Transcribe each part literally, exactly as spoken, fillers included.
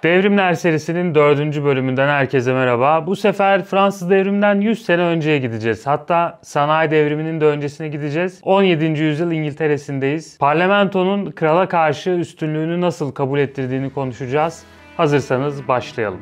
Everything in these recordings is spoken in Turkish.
Devrimler serisinin dördüncü bölümünden herkese merhaba. Bu sefer Fransız devriminden yüz sene önceye gideceğiz. Hatta sanayi devriminin de öncesine gideceğiz. on yedinci yüzyıl İngiltere'sindeyiz. Parlamentonun krala karşı üstünlüğünü nasıl kabul ettirdiğini konuşacağız. Hazırsanız başlayalım.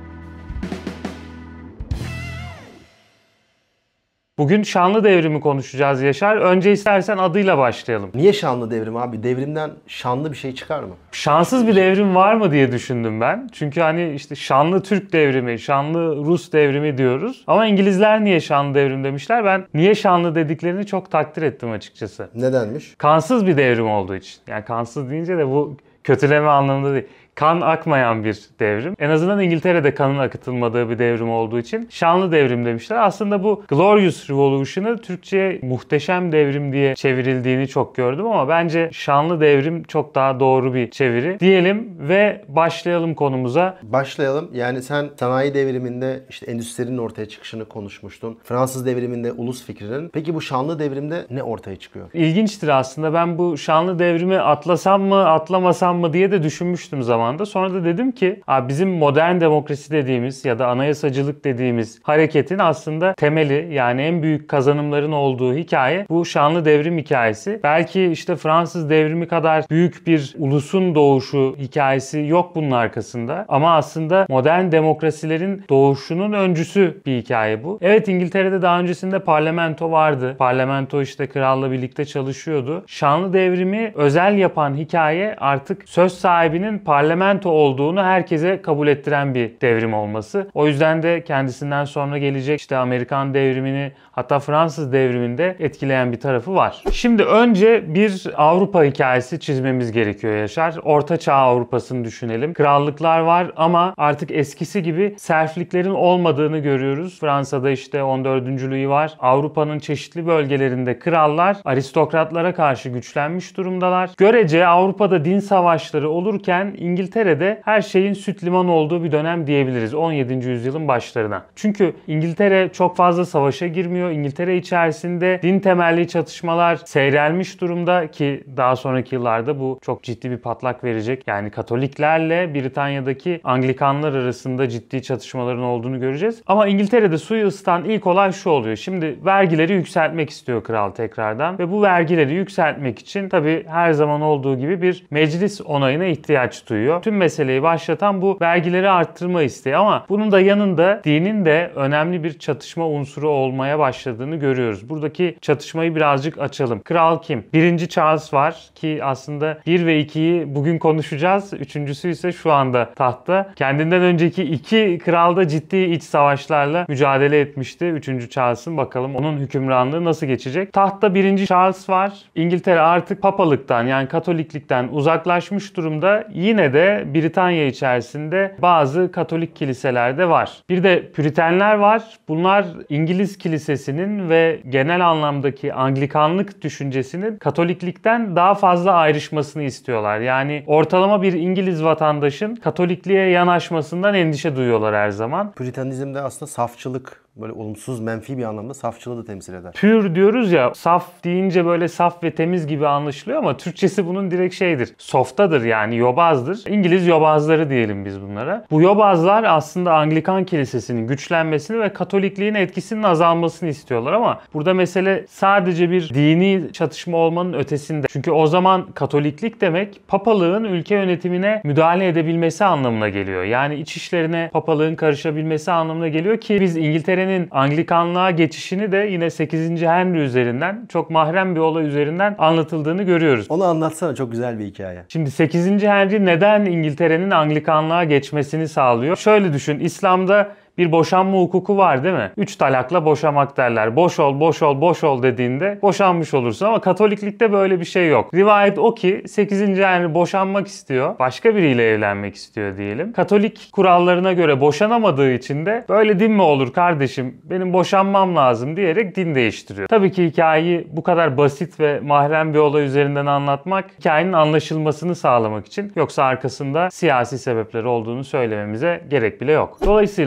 Bugün şanlı devrimi konuşacağız Yaşar. Önce istersen adıyla başlayalım. Niye şanlı devrim abi? Devrimden şanlı bir şey çıkar mı? Şanssız bir devrim var mı diye düşündüm ben. Çünkü hani işte şanlı Türk devrimi, şanlı Rus devrimi diyoruz. Ama İngilizler niye şanlı devrim demişler? Ben niye şanlı dediklerini çok takdir ettim açıkçası. Nedenmiş? Kansız bir devrim olduğu için. Yani kansız deyince de bu kötüleme anlamında değil. Kan akmayan bir devrim. En azından İngiltere'de kanın akıtılmadığı bir devrim olduğu için şanlı devrim demişler. Aslında bu Glorious Revolution'ı Türkçe'ye muhteşem devrim diye çevrildiğini çok gördüm ama bence şanlı devrim çok daha doğru bir çeviri diyelim ve başlayalım konumuza. Başlayalım. Yani sen sanayi devriminde işte endüstrinin ortaya çıkışını konuşmuştun. Fransız devriminde ulus fikrinin. Peki bu şanlı devrimde ne ortaya çıkıyor? İlginçtir aslında. Ben bu şanlı devrimi atlasam mı, atlamasam mı diye de düşünmüştüm zaman. Sonra da dedim ki bizim modern demokrasi dediğimiz ya da anayasacılık dediğimiz hareketin aslında temeli, yani en büyük kazanımların olduğu hikaye bu şanlı devrim hikayesi. Belki işte Fransız devrimi kadar büyük bir ulusun doğuşu hikayesi yok bunun arkasında. Ama aslında modern demokrasilerin doğuşunun öncüsü bir hikaye bu. Evet, İngiltere'de daha öncesinde parlamento vardı. Parlamento işte kralla birlikte çalışıyordu. Şanlı devrimi özel yapan hikaye artık söz sahibinin parlamento olduğunu herkese kabul ettiren bir devrim olması. O yüzden de kendisinden sonra gelecek işte Amerikan devrimini, hatta Fransız devriminde etkileyen bir tarafı var. Şimdi önce bir Avrupa hikayesi çizmemiz gerekiyor Yaşar. Orta Çağ Avrupa'sını düşünelim. Krallıklar var ama artık eskisi gibi serfliklerin olmadığını görüyoruz. Fransa'da işte on dördüncü Louis var. Avrupa'nın çeşitli bölgelerinde krallar aristokratlara karşı güçlenmiş durumdalar. Görece Avrupa'da din savaşları olurken İngiltere'de her şeyin süt liman olduğu bir dönem diyebiliriz on yedinci yüzyılın başlarına. Çünkü İngiltere çok fazla savaşa girmiyor. İngiltere içerisinde din temelli çatışmalar seyrelmiş durumda ki daha sonraki yıllarda bu çok ciddi bir patlak verecek. Yani Katoliklerle Britanya'daki Anglikanlar arasında ciddi çatışmaların olduğunu göreceğiz. Ama İngiltere'de suyu ısıtan ilk olay şu oluyor. Şimdi vergileri yükseltmek istiyor kral tekrardan ve bu vergileri yükseltmek için tabii her zaman olduğu gibi bir meclis onayına ihtiyaç duyuyor. Tüm meseleyi başlatan bu vergileri arttırma isteği ama bunun da yanında dinin de önemli bir çatışma unsuru olmaya başladığını görüyoruz. Buradaki çatışmayı birazcık açalım. Kral kim? Birinci Charles var ki aslında bir ve ikiyi bugün konuşacağız. Üçüncüsü ise şu anda tahtta. Kendinden önceki iki kral da ciddi iç savaşlarla mücadele etmişti. Üçüncü Charles'ın bakalım onun hükümranlığı nasıl geçecek? Tahtta birinci Charles var. İngiltere artık papalıktan, yani Katoliklikten uzaklaşmış durumda. Yine de Britanya içerisinde bazı Katolik kiliselerde var. Bir de Püritenler var. Bunlar İngiliz kilisesinin ve genel anlamdaki Anglikanlık düşüncesinin Katoliklikten daha fazla ayrışmasını istiyorlar. Yani ortalama bir İngiliz vatandaşın Katolikliğe yanaşmasından endişe duyuyorlar her zaman. Püritanizm de aslında safçılık, böyle olumsuz, menfi bir anlamda safçılığı da temsil eder. Pür diyoruz ya, saf deyince böyle saf ve temiz gibi anlaşılıyor ama Türkçesi bunun direkt şeydir. Softadır, yani yobazdır. İngiliz yobazları diyelim biz bunlara. Bu yobazlar aslında Anglikan Kilisesi'nin güçlenmesini ve Katolikliğin etkisinin azalmasını istiyorlar ama burada mesele sadece bir dini çatışma olmanın ötesinde. Çünkü o zaman Katoliklik demek papalığın ülke yönetimine müdahale edebilmesi anlamına geliyor. Yani iç işlerine papalığın karışabilmesi anlamına geliyor ki biz İngiltere'nin Anglikanlığa geçişini de yine sekizinci Henry üzerinden, çok mahrem bir olay üzerinden anlatıldığını görüyoruz. Onu anlatsana, çok güzel bir hikaye. Şimdi sekizinci Henry neden İngiltere'nin Anglikanlığa geçmesini sağlıyor? Şöyle düşün, İslam'da bir boşanma hukuku var değil mi? Üç talakla boşamak derler. Boş ol, boş ol, boş ol dediğinde boşanmış olursun ama Katoliklikte böyle bir şey yok. Rivayet o ki sekizinci Henry boşanmak istiyor. Başka biriyle evlenmek istiyor diyelim. Katolik kurallarına göre boşanamadığı için de böyle din mi olur kardeşim, benim boşanmam lazım diyerek din değiştiriyor. Tabii ki hikayeyi bu kadar basit ve mahrem bir olay üzerinden anlatmak hikayenin anlaşılmasını sağlamak için, yoksa arkasında siyasi sebepleri olduğunu söylememize gerek bile yok. Dolayısıyla önümüzde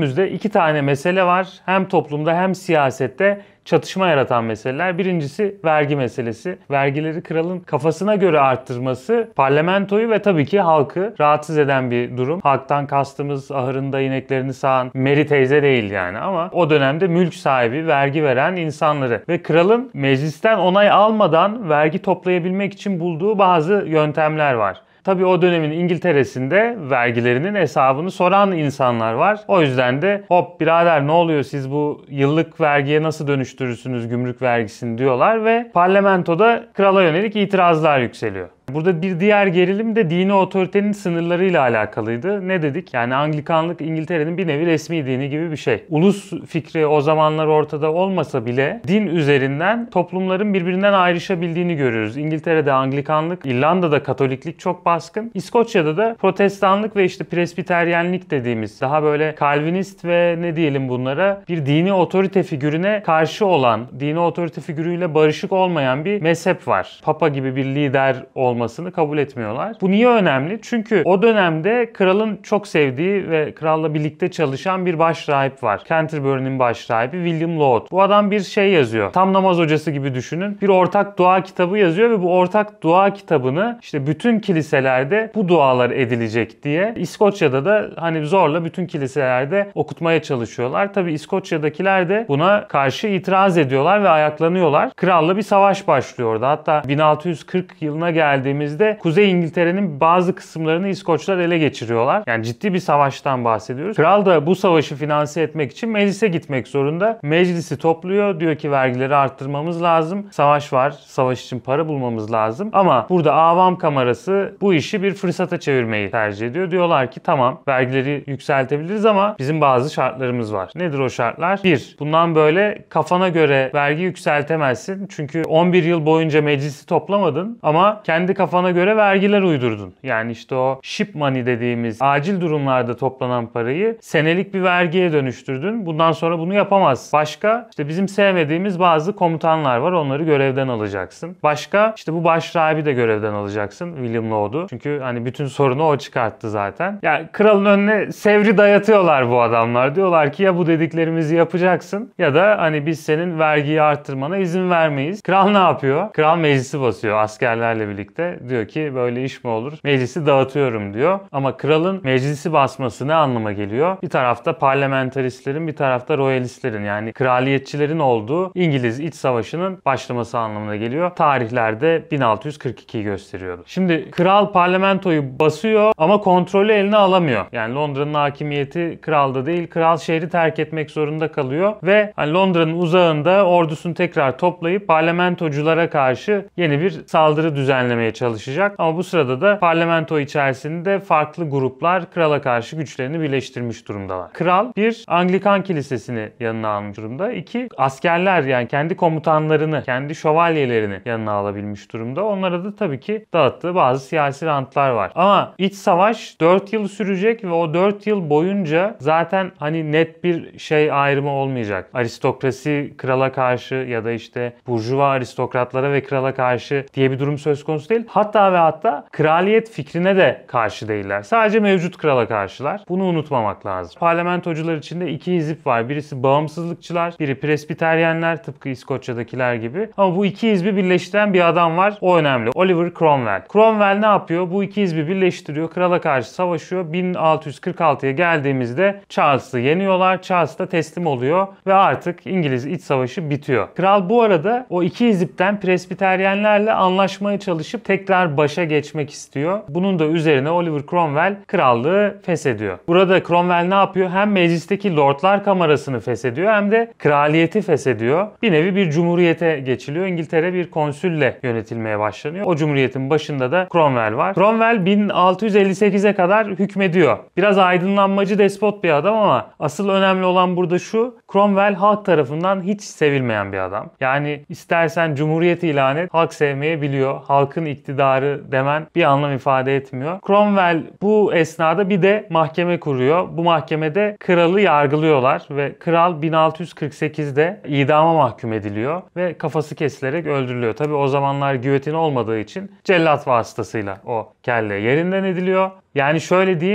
günümüzde iki tane mesele var. Hem toplumda hem siyasette çatışma yaratan meseleler. Birincisi vergi meselesi. Vergileri kralın kafasına göre arttırması parlamentoyu ve tabii ki halkı rahatsız eden bir durum. Halktan kastımız ahırında ineklerini sağan Mary teyze değil yani, ama o dönemde mülk sahibi, vergi veren insanları ve kralın meclisten onay almadan vergi toplayabilmek için bulduğu bazı yöntemler var. Tabii o dönemin İngiltere'sinde vergilerinin hesabını soran insanlar var. O yüzden de hop birader ne oluyor, siz bu yıllık vergiye nasıl dönüştürürsünüz gümrük vergisini diyorlar ve parlamentoda krala yönelik itirazlar yükseliyor. Burada bir diğer gerilim de dini otoritenin sınırlarıyla alakalıydı. Ne dedik? Yani Anglikanlık İngiltere'nin bir nevi resmi dini gibi bir şey. Ulus fikri o zamanlar ortada olmasa bile din üzerinden toplumların birbirinden ayrışabildiğini görüyoruz. İngiltere'de Anglikanlık, İrlanda'da Katoliklik çok baskın. İskoçya'da da Protestanlık ve işte Presbiteryenlik dediğimiz daha böyle Calvinist ve ne diyelim bunlara bir dini otorite figürüne karşı olan, dini otorite figürüyle barışık olmayan bir mezhep var. Papa gibi bir lider olmayan olmasını kabul etmiyorlar. Bu niye önemli? Çünkü o dönemde kralın çok sevdiği ve kralla birlikte çalışan bir başrahip var. Canterbury'nin başrahibi William Laud. Bu adam bir şey yazıyor. Tam namaz hocası gibi düşünün. Bir ortak dua kitabı yazıyor ve bu ortak dua kitabını işte bütün kiliselerde bu dualar edilecek diye İskoçya'da da hani zorla bütün kiliselerde okutmaya çalışıyorlar. Tabii İskoçya'dakiler de buna karşı itiraz ediyorlar ve ayaklanıyorlar. Kralla bir savaş başlıyor orada. Hatta bin altı yüz kırk yılına geldi Kuzey İngiltere'nin bazı kısımlarını İskoçlar ele geçiriyorlar. Yani ciddi bir savaştan bahsediyoruz. Kral da bu savaşı finanse etmek için meclise gitmek zorunda. Meclisi topluyor. Diyor ki vergileri arttırmamız lazım. Savaş var. Savaş için para bulmamız lazım. Ama burada Avam Kamerası bu işi bir fırsata çevirmeyi tercih ediyor. Diyorlar ki tamam vergileri yükseltebiliriz ama bizim bazı şartlarımız var. Nedir o şartlar? Bir, bundan böyle kafana göre vergi yükseltemezsin. Çünkü on bir yıl boyunca meclisi toplamadın ama kendi kafana göre vergiler uydurdun. Yani işte o ship money dediğimiz acil durumlarda toplanan parayı senelik bir vergiye dönüştürdün. Bundan sonra bunu yapamaz. Başka işte bizim sevmediğimiz bazı komutanlar var. Onları görevden alacaksın. Başka işte bu başrahibi de görevden alacaksın. William Laud'u. Çünkü hani bütün sorunu o çıkarttı zaten. Yani kralın önüne sevri dayatıyorlar bu adamlar. Diyorlar ki ya bu dediklerimizi yapacaksın ya da hani biz senin vergiyi arttırmana izin vermeyiz. Kral ne yapıyor? Kral meclisi basıyor askerlerle birlikte. Diyor ki böyle iş mi olur? Meclisi dağıtıyorum diyor. Ama kralın meclisi basması ne anlama geliyor? Bir tarafta parlamenteristlerin, bir tarafta royalistlerin yani kraliyetçilerin olduğu İngiliz İç Savaşı'nın başlaması anlamına geliyor. Tarihlerde bin altı yüz kırk ikiyi gösteriyordu. Şimdi kral parlamentoyu basıyor ama kontrolü eline alamıyor. Yani Londra'nın hakimiyeti kralda değil. Kral şehri terk etmek zorunda kalıyor ve hani Londra'nın uzağında ordusunu tekrar toplayıp parlamentoculara karşı yeni bir saldırı düzenlemeye çalışacak. Ama bu sırada da parlamento içerisinde farklı gruplar krala karşı güçlerini birleştirmiş durumdalar. Kral bir Anglikan kilisesini yanına almış durumda. İki askerler yani kendi komutanlarını, kendi şövalyelerini yanına alabilmiş durumda. Onlara da tabii ki dağıttığı bazı siyasi rantlar var. Ama iç savaş dört yıl sürecek ve o dört yıl boyunca zaten hani net bir şey ayrımı olmayacak. Aristokrasi krala karşı ya da işte burjuva aristokratlara ve krala karşı diye bir durum söz konusu değil. Hatta ve hatta kraliyet fikrine de karşı değiller. Sadece mevcut krala karşılar. Bunu unutmamak lazım. Parlamentocular içinde iki hizip var. Birisi bağımsızlıkçılar, biri presbiteryenler tıpkı İskoçya'dakiler gibi. Ama bu iki hizbi birleştiren bir adam var. O önemli. Oliver Cromwell. Cromwell ne yapıyor? Bu iki hizbi birleştiriyor. Krala karşı savaşıyor. bin altı yüz kırk altıya geldiğimizde Charles'ı yeniyorlar. Charles da teslim oluyor ve artık İngiliz İç Savaşı bitiyor. Kral bu arada o iki hizipten presbiteryenlerle anlaşmaya çalışıp tekrar başa geçmek istiyor. Bunun da üzerine Oliver Cromwell krallığı feshediyor. Burada Cromwell ne yapıyor? Hem meclisteki Lordlar Kamerası'nı feshediyor hem de kraliyeti feshediyor. Bir nevi bir cumhuriyete geçiliyor. İngiltere bir konsülle yönetilmeye başlanıyor. O cumhuriyetin başında da Cromwell var. Cromwell bin altı yüz elli sekize kadar hükmediyor. Biraz aydınlanmacı despot bir adam ama asıl önemli olan burada şu: Cromwell halk tarafından hiç sevilmeyen bir adam. Yani istersen cumhuriyet ilan et, halk sevmeyebiliyor. Halkın iktidarı demen bir anlam ifade etmiyor. Cromwell bu esnada bir de mahkeme kuruyor. Bu mahkemede kralı yargılıyorlar ve kral bin altı yüz kırk sekizde idama mahkum ediliyor ve kafası kesilerek öldürülüyor. Tabii o zamanlar giyotin olmadığı için cellat vasıtasıyla o kelle yerinden ediliyor. Yani şöyle diyeyim,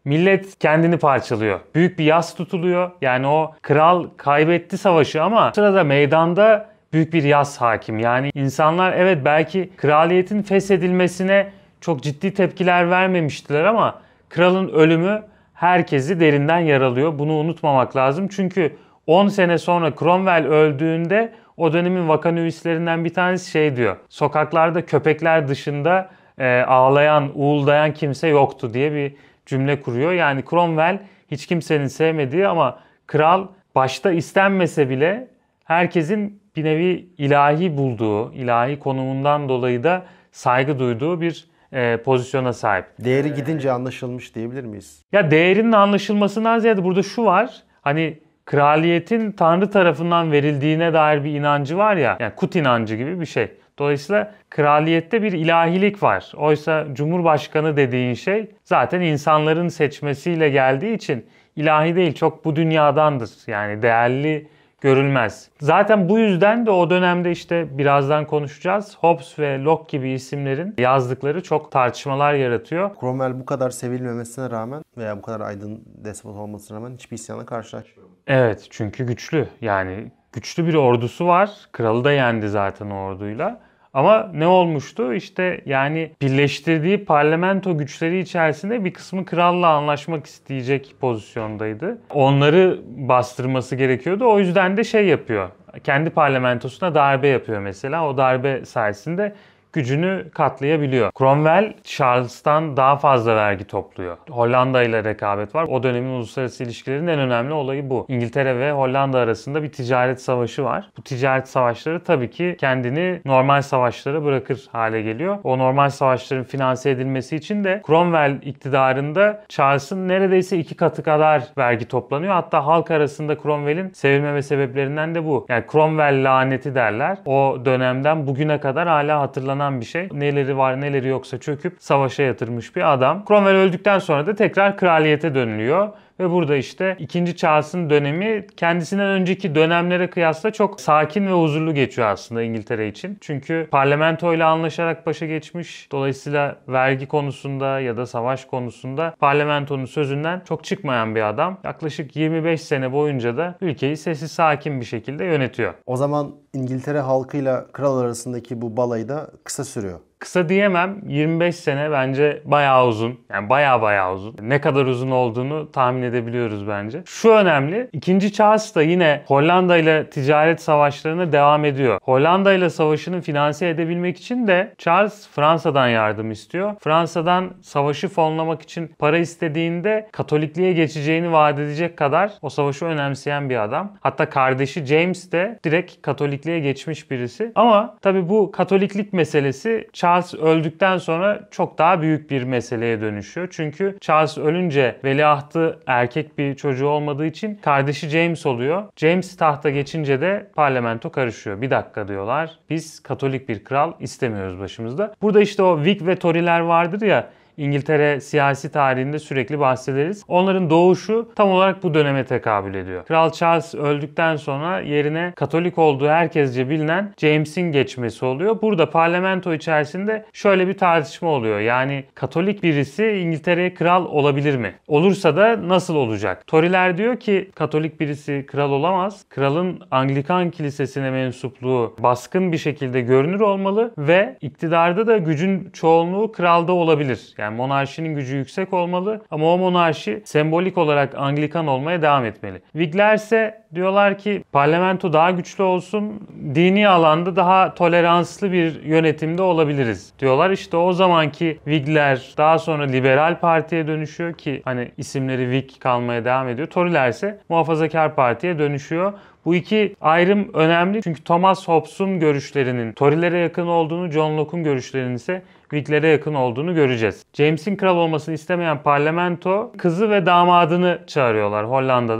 millet kendini parçalıyor. Büyük bir yas tutuluyor. Yani o kral kaybetti savaşı ama sırada meydanda büyük bir yas hakim. Yani insanlar evet belki kraliyetin feshedilmesine çok ciddi tepkiler vermemiştiler ama kralın ölümü herkesi derinden yaralıyor. Bunu unutmamak lazım. Çünkü on sene sonra Cromwell öldüğünde o dönemin vakanüvislerinden bir tanesi şey diyor. Sokaklarda köpekler dışında e, ağlayan, uğuldayan kimse yoktu diye bir cümle kuruyor. Yani Cromwell hiç kimsenin sevmediği ama kral başta istenmese bile herkesin bir nevi ilahi bulduğu, ilahi konumundan dolayı da saygı duyduğu bir e, pozisyona sahip. Değeri gidince anlaşılmış diyebilir miyiz? Ya değerinin anlaşılmasından ziyade burada şu var. Hani kraliyetin Tanrı tarafından verildiğine dair bir inancı var ya. Yani kut inancı gibi bir şey. Dolayısıyla kraliyette bir ilahilik var. Oysa Cumhurbaşkanı dediğin şey zaten insanların seçmesiyle geldiği için ilahi değil, çok bu dünyadandır. Yani değerli görülmez. Zaten bu yüzden de o dönemde işte birazdan konuşacağız. Hobbes ve Locke gibi isimlerin yazdıkları çok tartışmalar yaratıyor. Cromwell bu kadar sevilmemesine rağmen veya bu kadar aydın despot olmasına rağmen hiçbir isyanla karşılaşmıyor. Evet, çünkü güçlü. Yani güçlü bir ordusu var. Kralı da yendi zaten o orduyla. Ama ne olmuştu? İşte yani birleştirdiği parlamento güçleri içerisinde bir kısmı kralla anlaşmak isteyecek pozisyondaydı. Onları bastırması gerekiyordu. O yüzden de şey yapıyor. Kendi parlamentosuna darbe yapıyor mesela. O darbe sayesinde gücünü katlayabiliyor. Cromwell Charles'tan daha fazla vergi topluyor. Hollanda ile rekabet var. O dönemin uluslararası ilişkilerinin en önemli olayı bu. İngiltere ve Hollanda arasında bir ticaret savaşı var. Bu ticaret savaşları tabii ki kendini normal savaşlara bırakır hale geliyor. O normal savaşların finanse edilmesi için de Cromwell iktidarında Charles'ın neredeyse iki katı kadar vergi toplanıyor. Hatta halk arasında Cromwell'in sevilmeme sebeplerinden de bu. Yani Cromwell laneti derler. O dönemden bugüne kadar hala hatırlanan bir şey. Neleri var neleri yoksa çöküp savaşa yatırmış bir adam. Cromwell öldükten sonra da tekrar kraliyete dönülüyor. Ve burada işte ikinci. Charles'ın dönemi kendisinden önceki dönemlere kıyasla çok sakin ve huzurlu geçiyor aslında İngiltere için. Çünkü parlamentoyla anlaşarak başa geçmiş. Dolayısıyla vergi konusunda ya da savaş konusunda parlamentonun sözünden çok çıkmayan bir adam. Yaklaşık yirmi beş sene boyunca da ülkeyi sessiz sakin bir şekilde yönetiyor. O zaman İngiltere halkıyla kral arasındaki bu balayı da kısa sürüyor. Kısa diyemem. yirmi beş sene bence bayağı uzun. Yani bayağı bayağı uzun. Ne kadar uzun olduğunu tahmin edebiliyoruz bence. Şu önemli. ikinci. Charles da yine Hollanda ile ticaret savaşlarına devam ediyor. Hollanda ile savaşını finanse edebilmek için de Charles Fransa'dan yardım istiyor. Fransa'dan savaşı fonlamak için para istediğinde Katolikliğe geçeceğini vaat edecek kadar o savaşı önemseyen bir adam. Hatta kardeşi James de direkt Katolikliğe geçmiş birisi. Ama tabii bu Katoliklik meselesi Charles öldükten sonra çok daha büyük bir meseleye dönüşüyor. Çünkü Charles ölünce veliahtı erkek bir çocuğu olmadığı için kardeşi James oluyor. James tahta geçince de parlamento karışıyor. Bir dakika diyorlar. Biz Katolik bir kral istemiyoruz başımızda. Burada işte o Whig ve Tory'ler vardır ya, İngiltere siyasi tarihinde sürekli bahsederiz. Onların doğuşu tam olarak bu döneme tekabül ediyor. Kral Charles öldükten sonra yerine Katolik olduğu herkesce bilinen James'in geçmesi oluyor. Burada parlamento içerisinde şöyle bir tartışma oluyor. Yani Katolik birisi İngiltere'ye kral olabilir mi? Olursa da nasıl olacak? Tory'ler diyor ki Katolik birisi kral olamaz. Kralın Anglikan kilisesine mensupluğu baskın bir şekilde görünür olmalı ve iktidarda da gücün çoğunluğu kralda olabilir. Yani Yani monarşinin gücü yüksek olmalı ama o monarşi sembolik olarak Anglikan olmaya devam etmeli. Whigler ise diyorlar ki parlamento daha güçlü olsun, dini alanda daha toleranslı bir yönetimde olabiliriz diyorlar. İşte o zamanki Whigler daha sonra Liberal Parti'ye dönüşüyor ki hani isimleri Whig kalmaya devam ediyor. Tory'ler ise Muhafazakar Parti'ye dönüşüyor. Bu iki ayrım önemli çünkü Thomas Hobbes'un görüşlerinin Tory'lere yakın olduğunu, John Locke'un görüşlerinin ise Whig'lere yakın olduğunu göreceğiz. James'in kral olmasını istemeyen parlamento kızı ve damadını çağırıyorlar Hollanda'dan.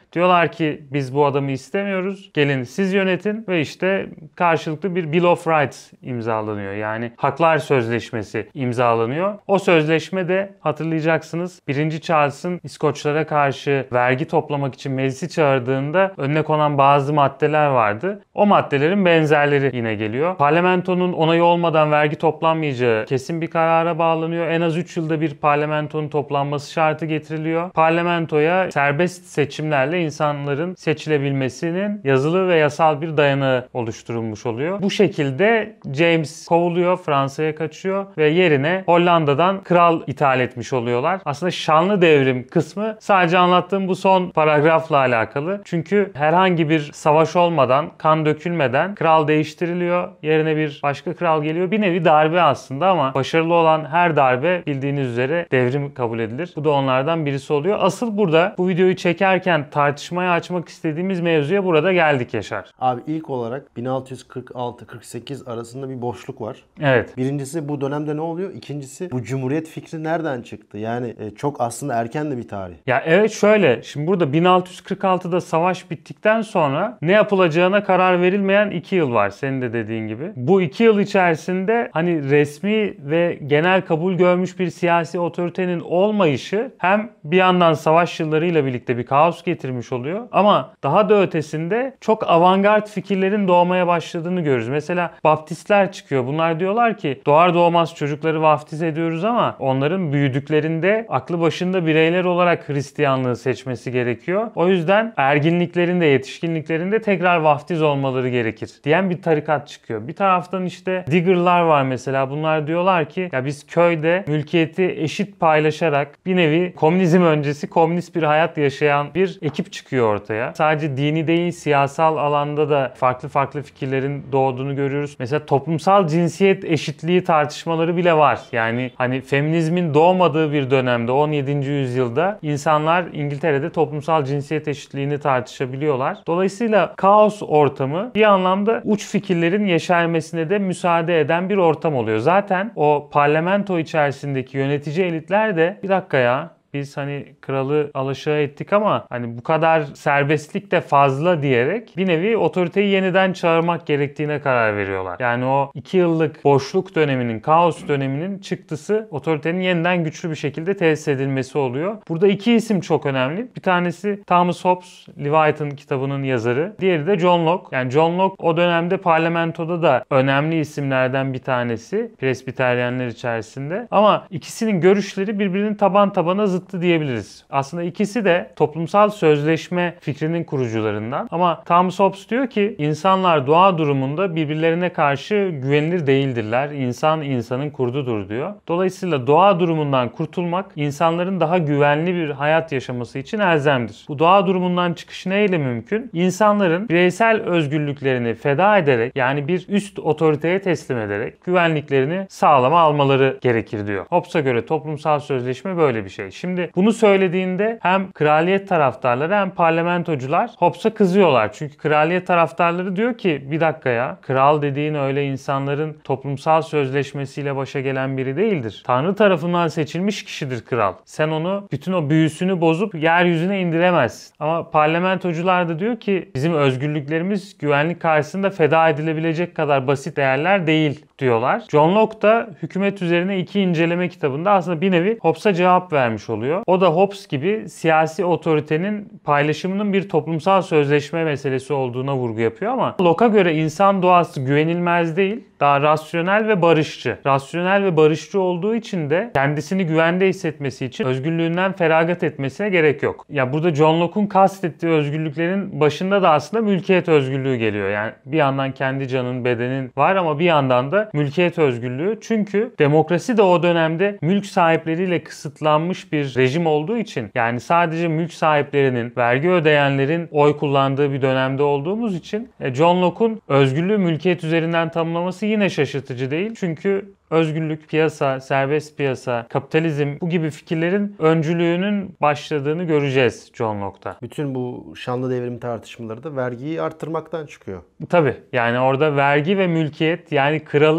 Diyorlar ki biz bu adamı istemiyoruz. Gelin siz yönetin ve işte karşılıklı bir Bill of Rights imzalanıyor. Yani Haklar Sözleşmesi imzalanıyor. O sözleşme de hatırlayacaksınız birinci. Charles'ın İskoçlara karşı vergi toplamak için meclisi çağırdığında önüne konan bazı maddeler vardı. O maddelerin benzerleri yine geliyor. Parlamentonun onayı olmadan vergi toplanmayacağı kesin bir karara bağlanıyor. En az üç yılda bir parlamentonun toplanması şartı getiriliyor. Parlamentoya serbest seçimlerle insanların seçilebilmesinin yazılı ve yasal bir dayanağı oluşturulmuş oluyor. Bu şekilde James kovuluyor, Fransa'ya kaçıyor ve yerine Hollanda'dan kral ithal etmiş oluyorlar. Aslında şanlı devrim kısmı sadece anlattığım bu son paragrafla alakalı. Çünkü herhangi bir savaş olmadan, kan dökülmeden kral değiştiriliyor. Yerine bir başka kral geliyor. Bir nevi darbe aslında ama başarılı olan her darbe bildiğiniz üzere devrim kabul edilir. Bu da onlardan birisi oluyor. Asıl burada bu videoyu çekerken tartışmaya açmak istediğimiz mevzuya burada geldik Yaşar. Abi ilk olarak bin altı yüz kırk altı kırk sekiz arasında bir boşluk var. Evet. Birincisi bu dönemde ne oluyor? İkincisi bu cumhuriyet fikri nereden çıktı? Yani e, çok aslında erken de bir tarih. Ya evet şöyle. Şimdi burada bin altı yüz kırk altıda savaş bittikten sonra ne yapılacağına karar verilmeyen iki yıl var. Senin de dediğin gibi. Bu iki yıl içerisinde hani resmi ve genel kabul görmüş bir siyasi otoritenin olmayışı hem bir yandan savaş yıllarıyla birlikte bir kaos getirmiş oluyor ama daha da ötesinde çok avantgard fikirlerin doğmaya başladığını görürüz. Mesela Baptistler çıkıyor. Bunlar diyorlar ki doğar doğmaz çocukları vaftiz ediyoruz ama onların büyüdüklerinde aklı başında bireyler olarak Hristiyanlığı seçmesi gerekiyor. O yüzden erginliklerinde, yetişkinliklerinde tekrar vaftiz olmaları gerekir diyen bir tarikat çıkıyor. Bir taraftan işte Digger'lar var mesela. Bunlar diyorlar ki ya biz köyde mülkiyeti eşit paylaşarak bir nevi komünizm öncesi komünist bir hayat yaşayan bir ekip çıkıyor ortaya. Sadece dini değil, siyasal alanda da farklı farklı fikirlerin doğduğunu görüyoruz. Mesela toplumsal cinsiyet eşitliği tartışmaları bile var. Yani hani feminizmin doğmadığı bir dönemde on yedinci yüzyılda insanlar İngiltere'de toplumsal cinsiyet eşitliğini tartışabiliyorlar. Dolayısıyla kaos ortamı bir anlamda uç fikirlerin yeşermesine de müsaade eden bir ortam oluyor. Zaten o parlamento içerisindeki yönetici elitler de bir dakika ya biz hani kralı alaşağı ettik ama hani bu kadar serbestlik de fazla diyerek bir nevi otoriteyi yeniden çağırmak gerektiğine karar veriyorlar. Yani o iki yıllık boşluk döneminin, kaos döneminin çıktısı otoritenin yeniden güçlü bir şekilde tesis edilmesi oluyor. Burada iki isim çok önemli. Bir tanesi Thomas Hobbes, Leviathan kitabının yazarı. Diğeri de John Locke. Yani John Locke o dönemde parlamentoda da önemli isimlerden bir tanesi. Presbiteryenler içerisinde. Ama ikisinin görüşleri birbirinin taban tabana zıttı diyebiliriz. Aslında ikisi de toplumsal sözleşme fikrinin kurucularından. Ama Thomas Hobbes diyor ki insanlar doğa durumunda birbirlerine karşı güvenilir değildirler. İnsan insanın kurdudur diyor. Dolayısıyla doğa durumundan kurtulmak insanların daha güvenli bir hayat yaşaması için elzemdir. Bu doğa durumundan çıkış neyle mümkün? İnsanların bireysel özgürlüklerini feda ederek yani bir üst otoriteye teslim ederek güvenliklerini sağlama almaları gerekir diyor. Hobbes'a göre toplumsal sözleşme böyle bir şey. Şimdi bunu söylediğinde hem kraliyet taraftarları hem parlamentocular Hobbes'a kızıyorlar. Çünkü kraliyet taraftarları diyor ki bir dakika ya kral dediğin öyle insanların toplumsal sözleşmesiyle başa gelen biri değildir. Tanrı tarafından seçilmiş kişidir kral. Sen onu bütün o büyüsünü bozup yeryüzüne indiremezsin. Ama parlamentocular da diyor ki bizim özgürlüklerimiz güvenlik karşısında feda edilebilecek kadar basit değerler değil diyorlar. John Locke da hükümet üzerine iki inceleme kitabında aslında bir nevi Hobbes'a cevap vermiş oluyor. O da Hobbes gibi siyasi otoritenin paylaşımının bir toplumsal sözleşme meselesi olduğuna vurgu yapıyor ama Locke'a göre insan doğası güvenilmez değil, daha rasyonel ve barışçı. Rasyonel ve barışçı olduğu için de kendisini güvende hissetmesi için özgürlüğünden feragat etmesine gerek yok. Ya burada John Locke'un kastettiği özgürlüklerin başında da aslında mülkiyet özgürlüğü geliyor. Yani bir yandan kendi canın, bedenin var ama bir yandan da mülkiyet özgürlüğü. Çünkü demokrasi de o dönemde mülk sahipleriyle kısıtlanmış bir rejim olduğu için yani sadece mülk sahiplerinin, vergi ödeyenlerin oy kullandığı bir dönemde olduğumuz için John Locke'un özgürlüğü mülkiyet üzerinden tanımlaması yine şaşırtıcı değil. Çünkü özgürlük, piyasa, serbest piyasa, kapitalizm bu gibi fikirlerin öncülüğünün başladığını göreceğiz John Locke'ta. Bütün bu şanlı devrim tartışmaları da vergiyi arttırmaktan çıkıyor. Tabii yani orada vergi ve mülkiyet yani kralın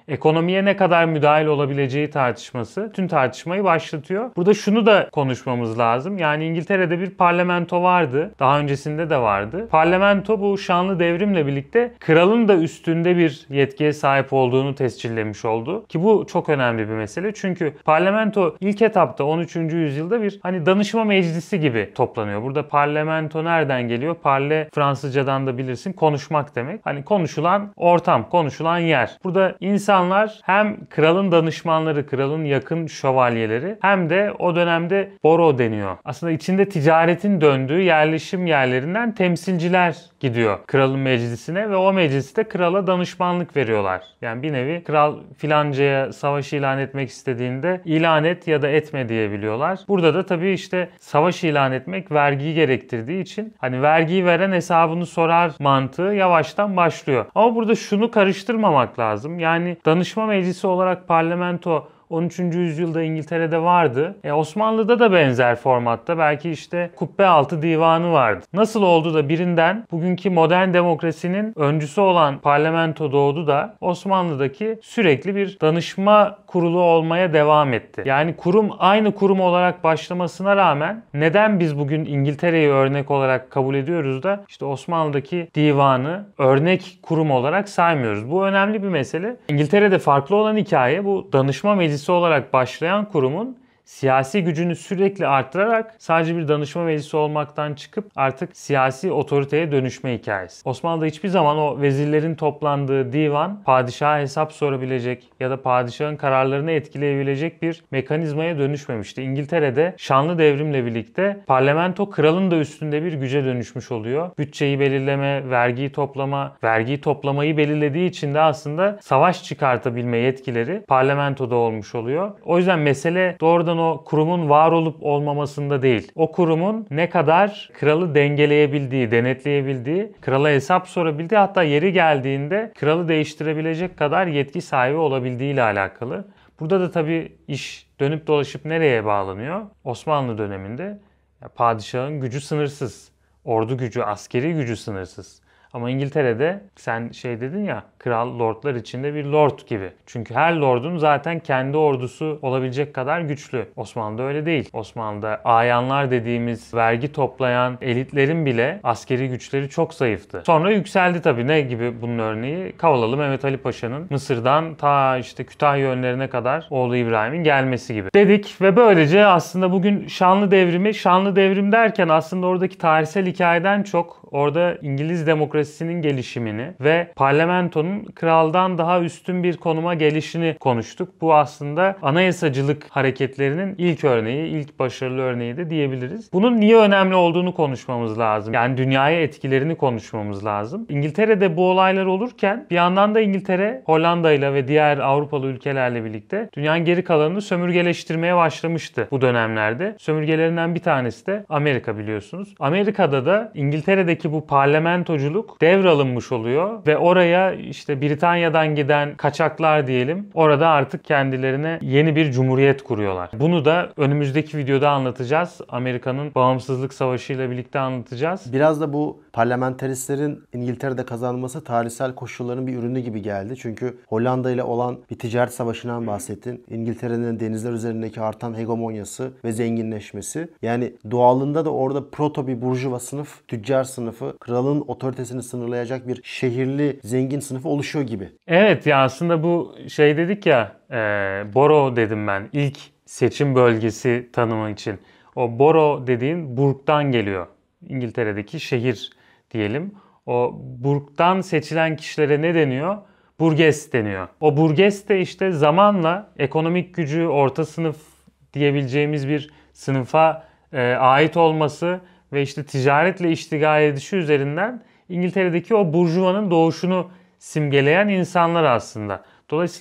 ekonomiye ne kadar müdahil olabileceği tartışması tüm tartışmayı başlatıyor. Burada şunu da konuşmamız lazım. Yani İngiltere'de bir parlamento vardı. Daha öncesinde de vardı. Parlamento bu şanlı devrimle birlikte kralın da üstünde bir yetkiye sahip olduğunu tescillemiş oldu. Ki bu çok önemli bir mesele. Çünkü parlamento ilk etapta on üçüncü yüzyılda bir hani danışma meclisi gibi toplanıyor. Burada parlamento nereden geliyor? Parle Fransızcadan da bilirsin konuşmak demek. Hani konuşulan ortam, konuşulan yer. Burada insanlar hem kralın danışmanları, kralın yakın şövalyeleri hem de o dönemde boro deniyor. Aslında içinde ticaretin döndüğü yerleşim yerlerinden temsilciler gidiyor kralın meclisine ve o mecliste krala danışmanlık veriyorlar. Yani bir nevi kral filancaya savaş ilan etmek istediğinde ilan et ya da etme diyebiliyorlar. Burada da tabii işte savaş ilan etmek vergiyi gerektirdiği için hani vergiyi veren hesabını sorar mantığı yavaştan başlıyor. Ama burada şunu karıştırmamak lazım. Yani danışma meclisi olarak parlamento on üçüncü yüzyılda İngiltere'de vardı. E Osmanlı'da da benzer formatta belki işte kubbealtı divanı vardı. Nasıl oldu da birinden bugünkü modern demokrasinin öncüsü olan parlamento doğdu da Osmanlı'daki sürekli bir danışma kurulu olmaya devam etti. Yani kurum aynı kurum olarak başlamasına rağmen neden biz bugün İngiltere'yi örnek olarak kabul ediyoruz da işte Osmanlı'daki divanı örnek kurum olarak saymıyoruz? Bu önemli bir mesele. İngiltere'de farklı olan hikaye bu danışma meclisi olarak başlayan kurumun siyasi gücünü sürekli arttırarak sadece bir danışma meclisi olmaktan çıkıp artık siyasi otoriteye dönüşme hikayesi. Osmanlı'da hiçbir zaman o vezirlerin toplandığı divan padişaha hesap sorabilecek ya da padişahın kararlarını etkileyebilecek bir mekanizmaya dönüşmemişti. İngiltere'de şanlı devrimle birlikte parlamento kralın da üstünde bir güce dönüşmüş oluyor. Bütçeyi belirleme, vergiyi toplama, vergiyi toplamayı belirlediği için de aslında savaş çıkartabilme yetkileri parlamentoda olmuş oluyor. O yüzden mesele doğrudan o kurumun var olup olmamasında değil. O kurumun ne kadar kralı dengeleyebildiği, denetleyebildiği, krala hesap sorabildiği, hatta yeri geldiğinde kralı değiştirebilecek kadar yetki sahibi olabildiği ile alakalı. Burada da tabii iş dönüp dolaşıp nereye bağlanıyor? Osmanlı döneminde padişahın gücü sınırsız. Ordu gücü, askeri gücü sınırsız. Ama İngiltere'de sen şey dedin ya, kral lordlar içinde bir lord gibi. Çünkü her lordun zaten kendi ordusu olabilecek kadar güçlü. Osmanlı'da öyle değil. Osmanlı'da ayanlar dediğimiz vergi toplayan elitlerin bile askeri güçleri çok zayıftı. Sonra yükseldi tabii. Ne gibi bunun örneği? Kavalalı Mehmet Ali Paşa'nın Mısır'dan ta işte Kütahya önlerine kadar oğlu İbrahim'in gelmesi gibi. Dedik ve böylece aslında bugün şanlı devrimi, şanlı devrim derken aslında oradaki tarihsel hikayeden çok orada İngiliz demokrasisinin gelişimini ve parlamentonun kraldan daha üstün bir konuma gelişini konuştuk. Bu aslında anayasacılık hareketlerinin ilk örneği, ilk başarılı örneği de diyebiliriz. Bunun niye önemli olduğunu konuşmamız lazım. Yani dünyaya etkilerini konuşmamız lazım. İngiltere'de bu olaylar olurken bir yandan da İngiltere, Hollanda ile ve diğer Avrupalı ülkelerle birlikte dünyanın geri kalanını sömürgeleştirmeye başlamıştı bu dönemlerde. Sömürgelerinden bir tanesi de Amerika biliyorsunuz. Amerika'da da İngiltere'deki bu parlamentoculuk devralınmış oluyor ve oraya işte Britanya'dan giden kaçaklar diyelim, orada artık kendilerine yeni bir cumhuriyet kuruyorlar. Bunu da önümüzdeki videoda anlatacağız. Amerika'nın bağımsızlık savaşı ile birlikte anlatacağız. Biraz da bu parlamenteristlerin İngiltere'de kazanması tarihsel koşulların bir ürünü gibi geldi. Çünkü Hollanda ile olan bir ticaret savaşından bahsettin. İngiltere'nin denizler üzerindeki artan hegemonyası ve zenginleşmesi. Yani doğalında da orada proto bir burjuva sınıf, tüccar sınıfı, kralın otoritesini sınırlayacak bir şehirli zengin sınıfı oluşuyor gibi. Evet ya aslında bu şey dedik ya, e, boro dedim ben ilk seçim bölgesi tanımı için. O boro dediğin burgdan geliyor. İngiltere'deki şehir diyelim. O burgdan seçilen kişilere ne deniyor? Burges deniyor. O burges de işte zamanla ekonomik gücü orta sınıf diyebileceğimiz bir sınıfa e, ait olması ve işte ticaretle iştigal edişi üzerinden İngiltere'deki o burjuvanın doğuşunu simgeleyen insanlar aslında. Dolayısıyla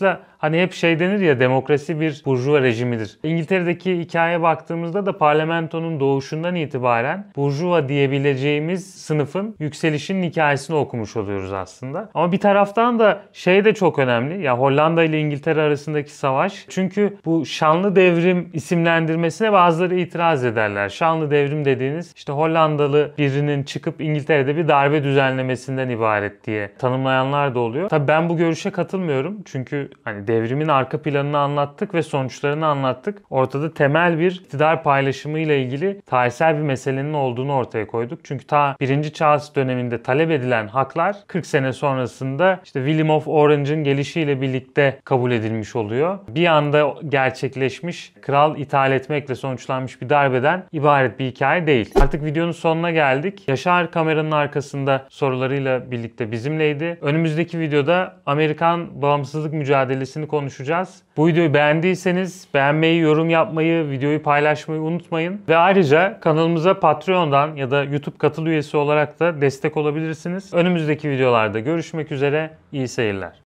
Hani hep şey denir ya, demokrasi bir burjuva rejimidir. İngiltere'deki hikayeye baktığımızda da parlamentonun doğuşundan itibaren burjuva diyebileceğimiz sınıfın yükselişinin hikayesini okumuş oluyoruz aslında. Ama bir taraftan da şey de çok önemli. Ya Hollanda ile İngiltere arasındaki savaş. Çünkü bu şanlı devrim isimlendirmesine bazıları itiraz ederler. Şanlı devrim dediğiniz işte Hollandalı birinin çıkıp İngiltere'de bir darbe düzenlemesinden ibaret diye tanımlayanlar da oluyor. Tabii ben bu görüşe katılmıyorum. Çünkü hani devrimin arka planını anlattık ve sonuçlarını anlattık. Ortada temel bir iktidar paylaşımı ile ilgili tarihsel bir meselenin olduğunu ortaya koyduk. Çünkü ta birinci Charles döneminde talep edilen haklar kırk sene sonrasında işte William of Orange'ın gelişiyle birlikte kabul edilmiş oluyor. Bir anda gerçekleşmiş, kral ithal etmekle sonuçlanmış bir darbeden ibaret bir hikaye değil. Artık videonun sonuna geldik. Yaşar kameranın arkasında sorularıyla birlikte bizimleydi. Önümüzdeki videoda Amerikan bağımsızlık mücadelesini konuşacağız. Bu videoyu beğendiyseniz beğenmeyi, yorum yapmayı, videoyu paylaşmayı unutmayın. Ve ayrıca kanalımıza Patreon'dan ya da YouTube katıl üyesi olarak da destek olabilirsiniz. Önümüzdeki videolarda görüşmek üzere. İyi seyirler.